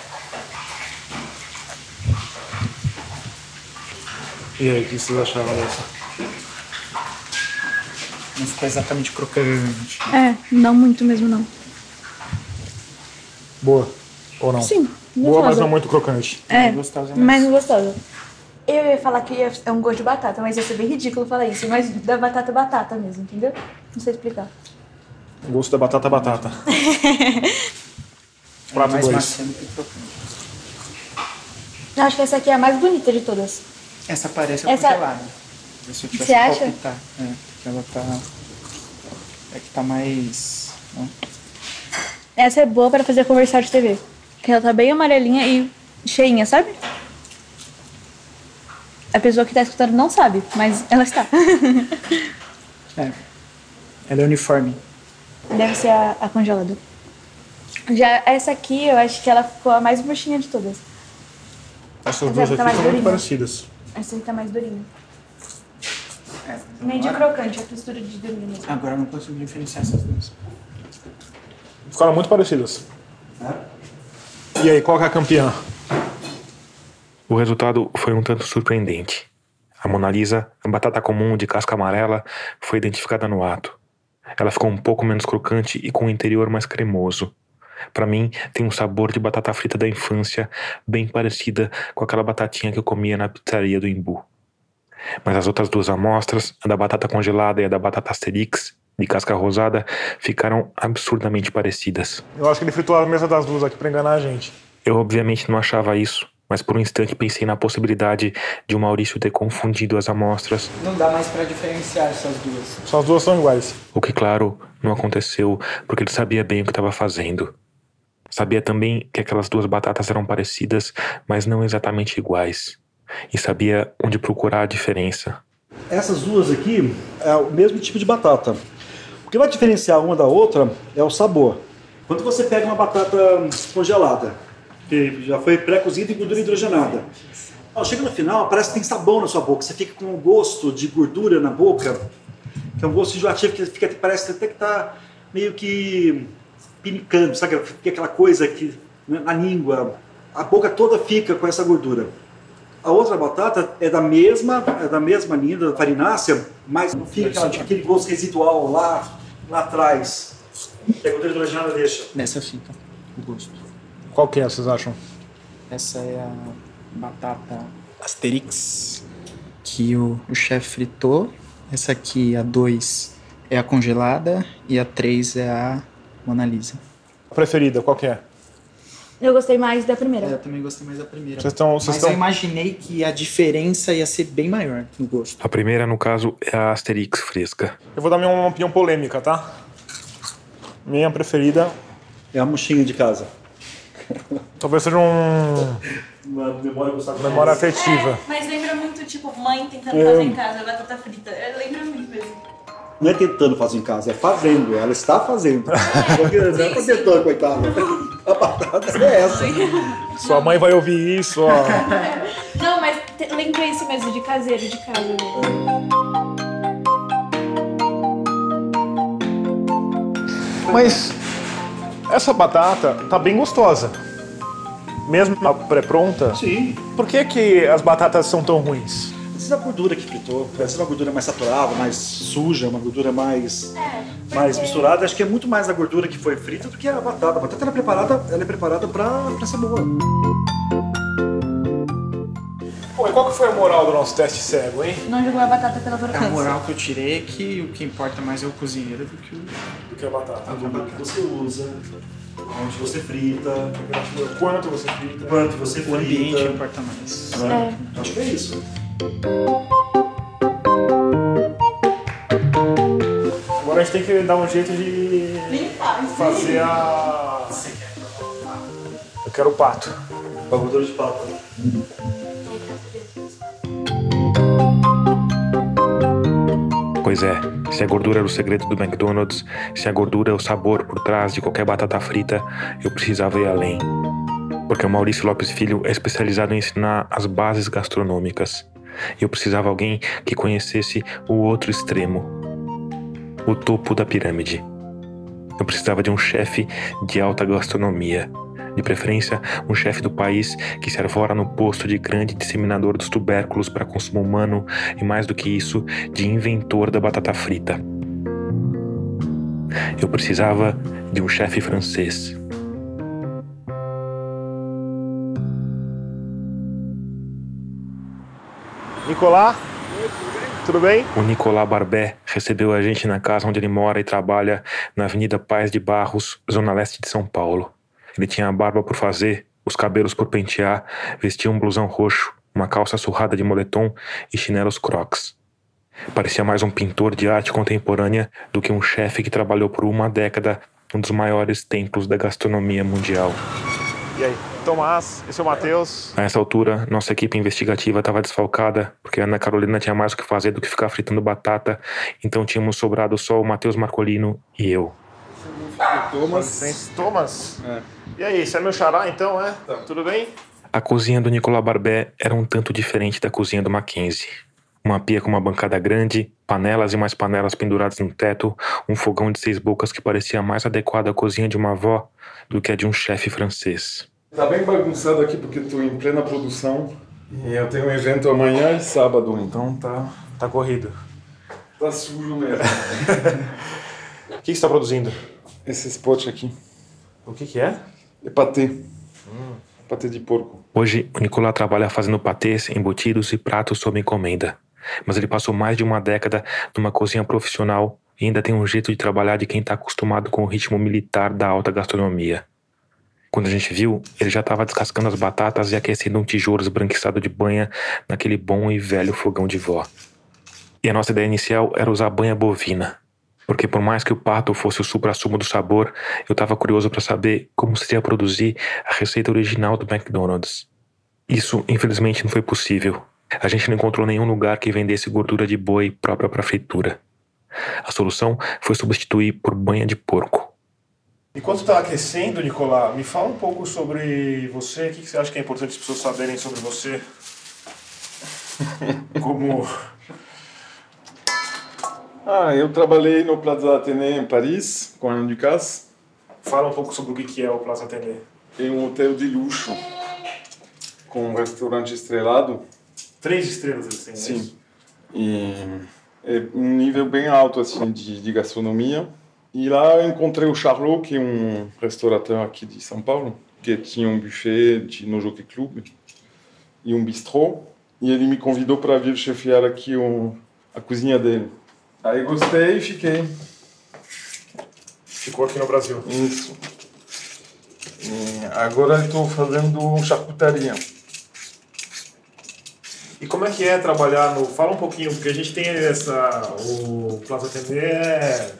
E aí, o que vocês acharam dessa? Não ficou exatamente crocante. Não muito mesmo não. Boa. Ou não? Sim, boa, gostosa. mas não muito crocante. Mais gostosa. Eu ia falar que é um gosto de batata, mas ia ser bem ridículo falar isso. Mas da batata mesmo, entendeu? Não sei explicar. O gosto da batata. Prato mais 2. macia do que crocante. Eu acho que essa aqui é a mais bonita de todas. Essa parece a congelada. Se eu tivesse Você acha? palpitar, que ela tá... É que tá mais... Né? Essa é boa pra fazer comercial de TV. Porque ela tá bem amarelinha e cheinha, sabe? A pessoa que tá escutando não sabe, mas ela está. Ela é uniforme. Deve ser a congelada. Já essa aqui, eu acho que ela ficou a mais murchinha de todas. Essas duas aqui são muito parecidas. Essa aqui tá mais durinha. Nem de crocante, a textura de durinha mesmo. Agora eu não consigo diferenciar essas duas. Ficaram muito parecidas. E aí, qual que é a campeã? O resultado foi um tanto surpreendente. A Mona Lisa, a batata comum de casca amarela, foi identificada no ato. Ela ficou um pouco menos crocante e com o interior mais cremoso. Para mim, tem um sabor de batata frita da infância, bem parecida com aquela batatinha que eu comia na pizzaria do Embu. Mas as outras duas amostras, a da batata congelada e a da batata Asterix, de casca rosada, ficaram absurdamente parecidas. Eu acho que ele fritou a mesa das duas aqui pra enganar a gente. Eu obviamente não achava isso, mas por um instante pensei na possibilidade de o Maurício ter confundido as amostras. Não dá mais pra diferenciar essas duas. Só as duas são iguais. O que, claro, não aconteceu porque ele sabia bem o que estava fazendo. Sabia também que aquelas duas batatas eram parecidas, mas não exatamente iguais. E sabia onde procurar a diferença. Essas duas aqui é o mesmo tipo de batata. O que vai diferenciar uma da outra é o sabor. Quando você pega uma batata congelada, que já foi pré-cozida em gordura hidrogenada, chega no final, parece que tem sabão na sua boca. Você fica com um gosto de gordura na boca, que é um gosto enjoativo, que parece até que está meio que pinicando, sabe? Fica aquela coisa que na língua, a boca toda fica com essa gordura. A outra batata é da mesma linha, da farinácea, mas não fica aquele gosto residual lá atrás, que a gordura hidrogenada deixa. Nessa fica o gosto. Qual que é, vocês acham? Essa é a batata Asterix, que o chefe fritou. Essa aqui, a 2, é a congelada e a 3 é a Mona Lisa. A preferida, qual que é? Eu gostei mais da primeira. Eu também gostei mais da primeira. Mas eu imaginei que a diferença ia ser bem maior no gosto. A primeira, no caso, é a Asterix fresca. Eu vou dar uma opinião polêmica, tá? Minha preferida é a mochinha de casa. Talvez seja uma memória afetiva. Mas lembra muito, tipo, mãe tentando fazer em casa, batata frita. Lembra muito mesmo. Não é tentando fazer em casa, é fazendo. Ela está fazendo. Não está tentando, coitada. A batata é essa. Sua mãe vai ouvir isso, ó. Não, mas lembra isso mesmo, de caseiro, de casa. Mas essa batata tá bem gostosa. Mesmo a pré-pronta. Sim. Por que as batatas são tão ruins? Precisa da gordura que fritou. Precisa uma gordura mais saturada, mais suja, uma gordura mais misturada. Acho que é muito mais a gordura que foi frita do que a batata. A batata ela é preparada pra ser boa. Pô, e qual que foi a moral do nosso teste cego, hein? Não jogou a batata pela crocância. A moral que eu tirei é que o que importa mais é o cozinheiro do que a batata. A gordura que você usa, onde você frita, quanto você frita. O ambiente importa mais. Acho que é isso. Agora a gente tem que dar um jeito de fazer a... Eu quero o pato. Com a gordura de pato. Pois é, se a gordura era o segredo do McDonald's, se a gordura é o sabor por trás de qualquer batata frita, eu precisava ir além. Porque o Maurício Lopes Filho é especializado em ensinar as bases gastronômicas. Eu precisava de alguém que conhecesse o outro extremo, o topo da pirâmide. Eu precisava de um chefe de alta gastronomia, de preferência um chefe do país que se arvora no posto de grande disseminador dos tubérculos para consumo humano e, mais do que isso, de inventor da batata frita. Eu precisava de um chefe francês. Nicolás? Tudo bem? O Nicolás Barbet recebeu a gente na casa onde ele mora e trabalha na Avenida Paz de Barros, zona leste de São Paulo. Ele tinha a barba por fazer, os cabelos por pentear, vestia um blusão roxo, uma calça surrada de moletom e chinelos Crocs. Parecia mais um pintor de arte contemporânea do que um chefe que trabalhou por uma década num dos maiores templos da gastronomia mundial. E aí? Tomás, esse é o Matheus. A essa altura, nossa equipe investigativa estava desfalcada, porque a Ana Carolina tinha mais o que fazer do que ficar fritando batata, então tínhamos sobrado só o Matheus Marcolino e eu. Thomas? E aí, você é meu xará então, é? Tudo bem? A cozinha do Nicolás Barbet era um tanto diferente da cozinha do Mackenzie. Uma pia com uma bancada grande, panelas e mais panelas penduradas no teto, um fogão de 6 bocas que parecia mais adequado à cozinha de uma avó do que a de um chefe francês. Tá bem bagunçado aqui porque estou em plena produção e eu tenho um evento amanhã e sábado, então tá corrido. Tá sujo mesmo. O que você está produzindo? Esse spot aqui. O que é? É patê. Patê de porco. Hoje, o Nicolás trabalha fazendo patês, embutidos e pratos sob encomenda. Mas ele passou mais de uma década numa cozinha profissional e ainda tem um jeito de trabalhar de quem está acostumado com o ritmo militar da alta gastronomia. Quando a gente viu, ele já estava descascando as batatas e aquecendo um tijolo esbranquiçado de banha naquele bom e velho fogão de vó. E a nossa ideia inicial era usar banha bovina. Porque por mais que o pato fosse o suprassumo do sabor, eu estava curioso para saber como seria produzir a receita original do McDonald's. Isso, infelizmente, não foi possível. A gente não encontrou nenhum lugar que vendesse gordura de boi própria para fritura. A solução foi substituir por banha de porco. Enquanto está aquecendo, Nicolás, me fala um pouco sobre você. O que você acha que é importante as pessoas saberem sobre você? Como... eu trabalhei no Plaza Athénée em Paris, com a Ana Ducasse. Fala um pouco sobre o que é o Plaza Athénée. É um hotel de luxo, com um restaurante estrelado. 3 estrelas, assim, sim. É isso? E é um nível bem alto assim, de gastronomia. E lá eu encontrei o Charlot, que é um restaurateur aqui de São Paulo, que tinha um buffet de no Jockey Club e um bistrô. E ele me convidou para vir chefiar aqui a cozinha dele. Aí gostei e fiquei. Ficou aqui no Brasil? Isso. E agora eu estou fazendo charcutaria. E como é que é trabalhar no... Fala um pouquinho, porque a gente tem o Plaza Athénée é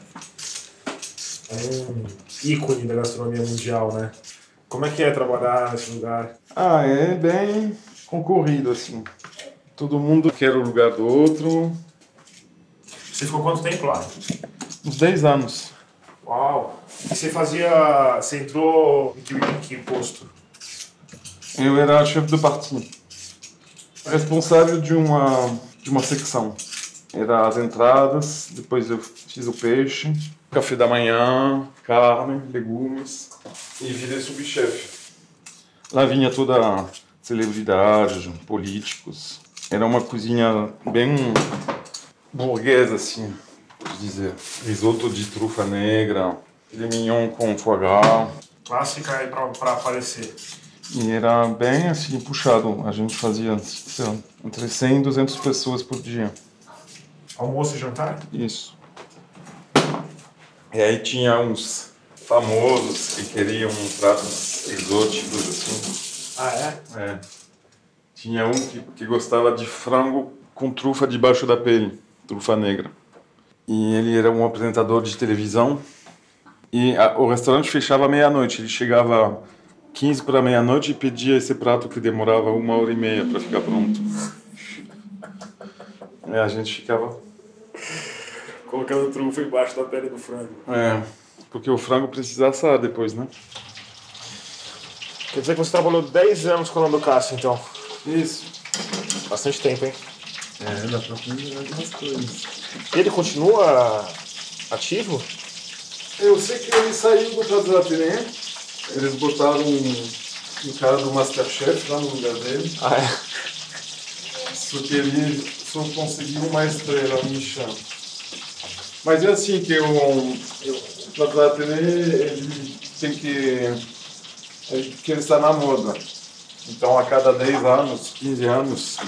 um ícone da gastronomia mundial, né? Como é que é trabalhar nesse lugar? É bem concorrido, assim. Todo mundo quer o lugar do outro. Você ficou quanto tempo lá? Uns 10 anos. Uau! E você entrou em que posto? Eu era chefe de parti. Responsável de uma secção. Era as entradas, depois eu fiz o peixe, café da manhã, carne, legumes e virei subchefe. Lá vinha toda celebridade, políticos. Era uma cozinha bem burguesa, assim, pode dizer. Risoto de trufa negra, filé mignon com foie gras. Clássica aí pra aparecer. E era bem assim, puxado. A gente fazia, sei lá, entre 100 e 200 pessoas por dia. Almoço e jantar? Isso. E aí tinha uns famosos que queriam pratos exóticos, assim. É? Tinha um que gostava de frango com trufa debaixo da pele, trufa negra. E ele era um apresentador de televisão. E o restaurante fechava meia-noite. Ele chegava 15 para meia-noite e pedia esse prato que demorava 1h30 para ficar pronto. E a gente ficava colocando trufa embaixo da pele do frango. Porque o frango precisa assar depois, né? Quer dizer que você trabalhou 10 anos com o Nando Cássio, então? Isso. Bastante tempo, hein? Dá pra aprender algumas coisas. E ele continua ativo? Eu sei que ele saiu do Plaza Athénée. Eles botaram um cara do Masterchef lá no lugar dele. Só que ele só conseguiu uma estrela, Michelin. Mas é assim que o Plaza Athénée, ele tem que... Ele está na moda. Então, a cada 10 anos, 15 anos,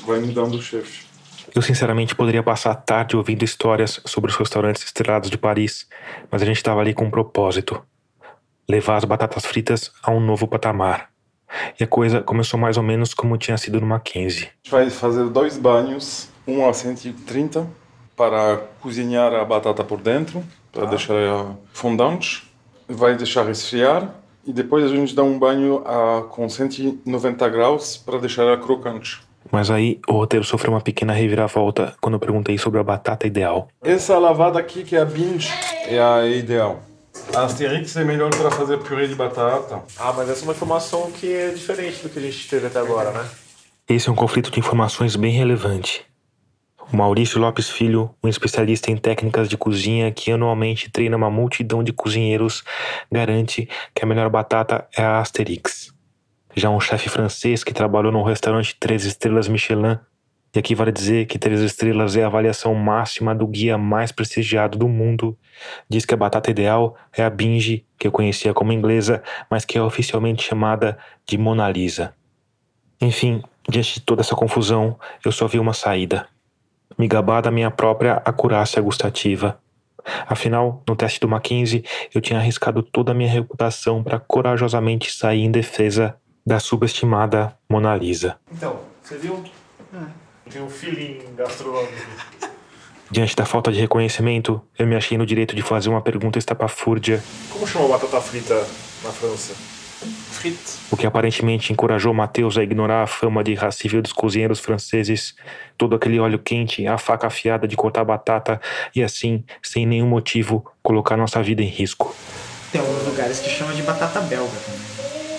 vai me dando o chefe. Eu sinceramente poderia passar a tarde ouvindo histórias sobre os restaurantes estrelados de Paris, mas a gente estava ali com um propósito: levar as batatas fritas a um novo patamar. E a coisa começou mais ou menos como tinha sido no Mackenzie. A gente vai fazer 2 banhos, um a 130, para cozinhar a batata por dentro, para deixar ela fondante. Vai deixar esfriar e depois a gente dá um banho com 190 graus para deixar ela crocante. Mas aí o roteiro sofreu uma pequena reviravolta quando eu perguntei sobre a batata ideal. Essa lavada aqui, que é a binge, é a ideal. A Asterix é melhor para fazer purê de batata. Ah, mas essa é uma informação que é diferente do que a gente teve até agora, né? Esse é um conflito de informações bem relevante. O Maurício Lopes Filho, um especialista em técnicas de cozinha que anualmente treina uma multidão de cozinheiros, garante que a melhor batata é a Asterix. Já um chefe francês que trabalhou num restaurante 3 estrelas Michelin, e aqui vale dizer que 3 estrelas é a avaliação máxima do guia mais prestigiado do mundo, diz que a batata ideal é a Binge, que eu conhecia como inglesa, mas que é oficialmente chamada de Mona Lisa. Enfim, diante de toda essa confusão, eu só vi uma saída: me gabar da minha própria acurácia gustativa. Afinal, no teste do Mackenzie, eu tinha arriscado toda a minha reputação para corajosamente sair em defesa da subestimada Mona Lisa. Então, você viu? Tem um feeling gastronômico. Diante da falta de reconhecimento, eu me achei no direito de fazer uma pergunta estapafúrdia. Como chama a batata frita na França? Frites. O que aparentemente encorajou Matheus a ignorar a fama de irracível dos cozinheiros franceses, todo aquele óleo quente, a faca afiada de cortar batata e assim, sem nenhum motivo, colocar nossa vida em risco. Tem alguns lugares que chamam de batata belga também.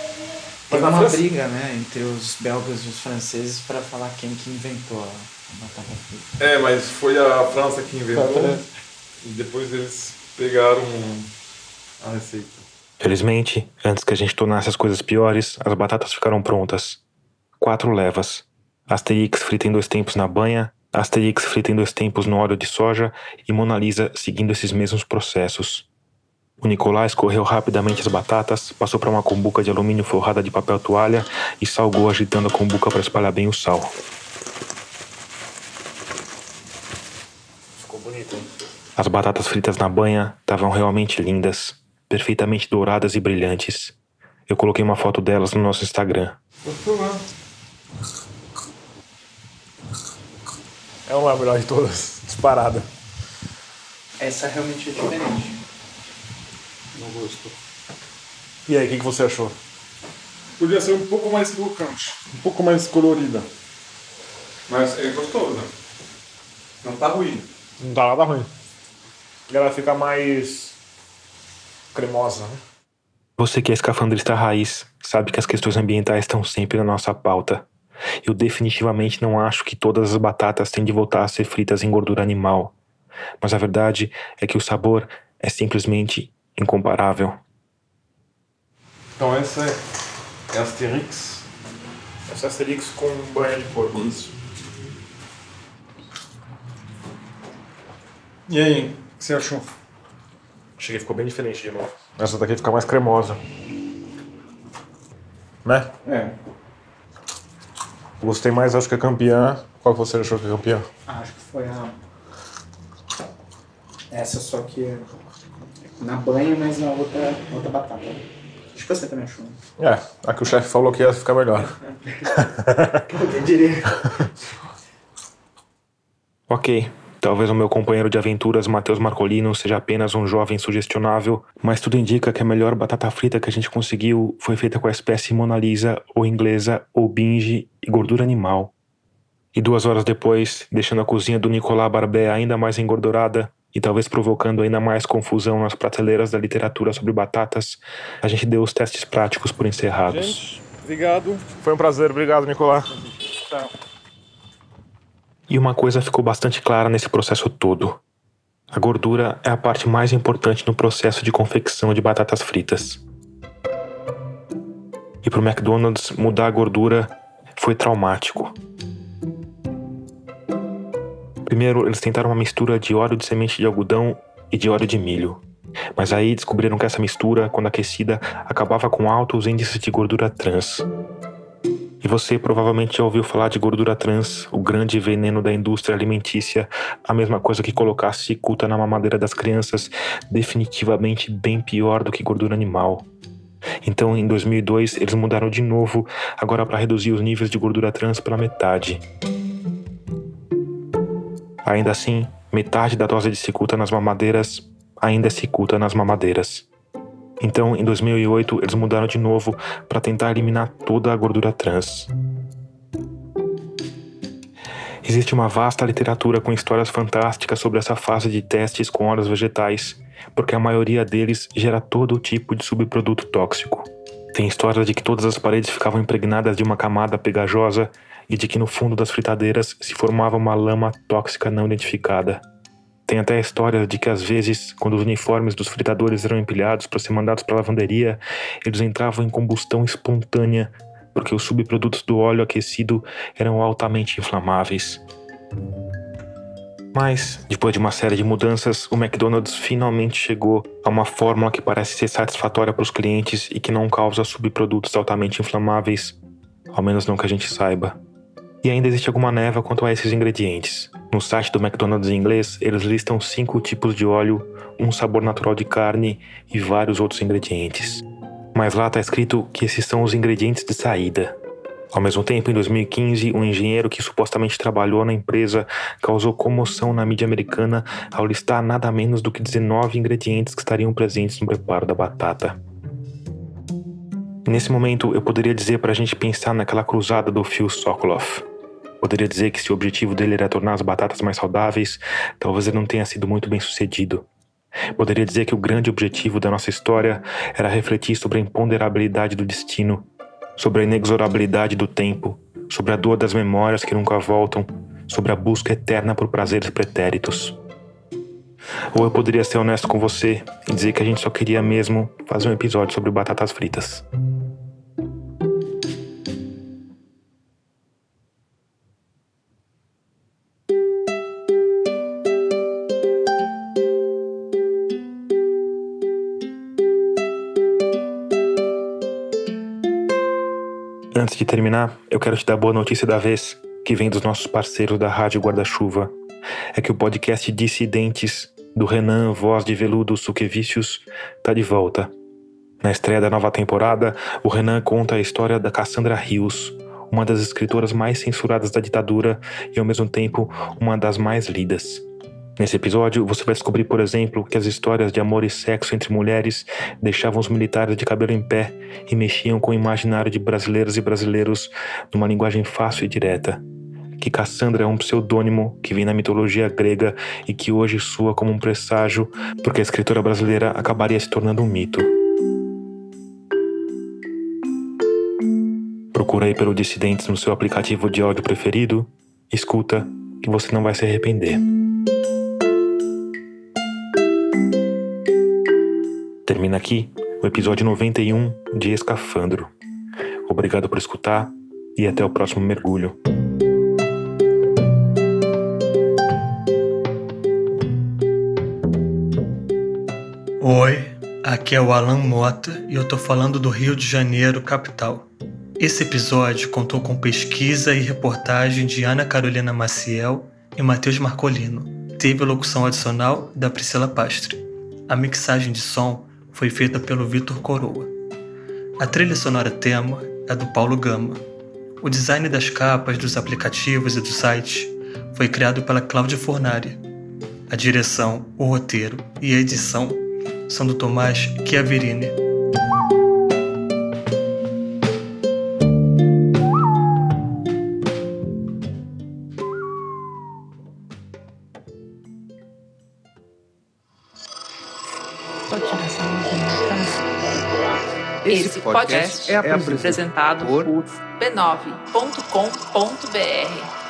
Mas Teve uma briga, né, entre os belgas e os franceses para falar quem que inventou a batata frita. É, mas foi a França que inventou e depois eles pegaram a receita. Felizmente, antes que a gente tornasse as coisas piores, as batatas ficaram prontas. 4 levas. Asterix frita em 2 tempos na banha, Asterix frita em 2 tempos no óleo de soja e Mona Lisa seguindo esses mesmos processos. O Nicolás escorreu rapidamente as batatas, passou para uma cumbuca de alumínio forrada de papel toalha e salgou agitando a cumbuca para espalhar bem o sal. Ficou bonito, hein? As batatas fritas na banha estavam realmente lindas, perfeitamente douradas e brilhantes. Eu coloquei uma foto delas no nosso Instagram. É uma melhor de todas, disparada. Essa realmente é diferente. Não gosto. E aí, o que você achou? Podia ser um pouco mais crocante, um pouco mais colorida. Mas é gostosa. Não tá ruim. Não tá nada ruim. Ela fica mais cremosa, né? Você que é escafandrista raiz, sabe que as questões ambientais estão sempre na nossa pauta. Eu definitivamente não acho que todas as batatas têm de voltar a ser fritas em gordura animal. Mas a verdade é que o sabor é simplesmente incomparável. Então essa é Asterix. Essa é Asterix com banha de porco. Isso. E aí, o que você achou? Achei que ficou bem diferente de novo. Essa daqui fica mais cremosa. Né? É. Gostei mais, acho que a campeã. Qual que você achou que é a campeã? Acho que foi a... Essa só que é na banha, mas na outra batata. Acho que você também achou. É, a que o chefe falou que ia ficar melhor. Quem diria? Ok, talvez o meu companheiro de aventuras, Matheus Marcolino, seja apenas um jovem sugestionável, mas tudo indica que a melhor batata frita que a gente conseguiu foi feita com a espécie Mona Lisa, ou inglesa, ou binge e gordura animal. E 2 horas depois, deixando a cozinha do Nicolas Barbet ainda mais engordurada, e talvez provocando ainda mais confusão nas prateleiras da literatura sobre batatas, a gente deu os testes práticos por encerrados. Gente, obrigado. Foi um prazer, obrigado, Nicolas. Tchau. E uma coisa ficou bastante clara nesse processo todo. A gordura é a parte mais importante no processo de confecção de batatas fritas. E para o McDonald's, mudar a gordura foi traumático. Primeiro, eles tentaram uma mistura de óleo de semente de algodão e de óleo de milho. Mas aí descobriram que essa mistura, quando aquecida, acabava com altos índices de gordura trans. E E você provavelmente já ouviu falar de gordura trans, o grande veneno da indústria alimentícia, a mesma coisa que colocar cicuta na mamadeira das crianças, definitivamente bem pior do que gordura animal. Então, em 2002, eles mudaram de novo, agora para reduzir os níveis de gordura trans pela metade. Ainda assim, metade da dose de cicuta nas mamadeiras ainda é cicuta nas mamadeiras. Então, em 2008, eles mudaram de novo para tentar eliminar toda a gordura trans. Existe uma vasta literatura com histórias fantásticas sobre essa fase de testes com óleos vegetais, porque a maioria deles gera todo tipo de subproduto tóxico. Tem histórias de que todas as paredes ficavam impregnadas de uma camada pegajosa e de que no fundo das fritadeiras se formava uma lama tóxica não identificada. Tem até histórias de que às vezes, quando os uniformes dos fritadores eram empilhados para ser mandados para a lavanderia, eles entravam em combustão espontânea, porque os subprodutos do óleo aquecido eram altamente inflamáveis. Mas, depois de uma série de mudanças, o McDonald's finalmente chegou a uma fórmula que parece ser satisfatória para os clientes e que não causa subprodutos altamente inflamáveis, ao menos não que a gente saiba. E ainda existe alguma névoa quanto a esses ingredientes. No site do McDonald's em inglês, eles listam 5 tipos de óleo, um sabor natural de carne e vários outros ingredientes. Mas lá está escrito que esses são os ingredientes de saída. Ao mesmo tempo, em 2015, um engenheiro que supostamente trabalhou na empresa causou comoção na mídia americana ao listar nada menos do que 19 ingredientes que estariam presentes no preparo da batata. Nesse momento, eu poderia dizer para a gente pensar naquela cruzada do Phil Sokoloff. Poderia dizer que se o objetivo dele era tornar as batatas mais saudáveis, talvez ele não tenha sido muito bem sucedido. Poderia dizer que o grande objetivo da nossa história era refletir sobre a imponderabilidade do destino, sobre a inexorabilidade do tempo, sobre a dor das memórias que nunca voltam, sobre a busca eterna por prazeres pretéritos. Ou eu poderia ser honesto com você e dizer que a gente só queria mesmo fazer um episódio sobre batatas fritas. Antes de terminar, eu quero te dar a boa notícia da vez, que vem dos nossos parceiros da Rádio Guarda-Chuva. É que o podcast Dissidentes, do Renan, voz de veludo Suquevicius, tá de volta. Na estreia da nova temporada, o Renan conta a história da Cassandra Rios, uma das escritoras mais censuradas da ditadura e, ao mesmo tempo, uma das mais lidas. Nesse episódio, você vai descobrir, por exemplo, que as histórias de amor e sexo entre mulheres deixavam os militares de cabelo em pé e mexiam com o imaginário de brasileiras e brasileiros numa linguagem fácil e direta. Que Cassandra é um pseudônimo que vem na mitologia grega e que hoje soa como um presságio, porque a escritora brasileira acabaria se tornando um mito. Procura aí pelo Dissidentes no seu aplicativo de áudio preferido, escuta, que você não vai se arrepender. Termina aqui o episódio 91 de Escafandro. Obrigado por escutar e até o próximo mergulho. Oi, aqui é o Alan Mota e eu tô falando do Rio de Janeiro, capital. Esse episódio contou com pesquisa e reportagem de Ana Carolina Maciel e Matheus Marcolino. Teve a locução adicional da Priscila Pastre. A mixagem de som foi feita pelo Vitor Coroa. A trilha sonora tema é do Paulo Gama. O design das capas dos aplicativos e do site foi criado pela Cláudia Fornari. A direção, o roteiro e a edição são do Tomás Chiaverini. Esse podcast é apresentado por b9.com.br.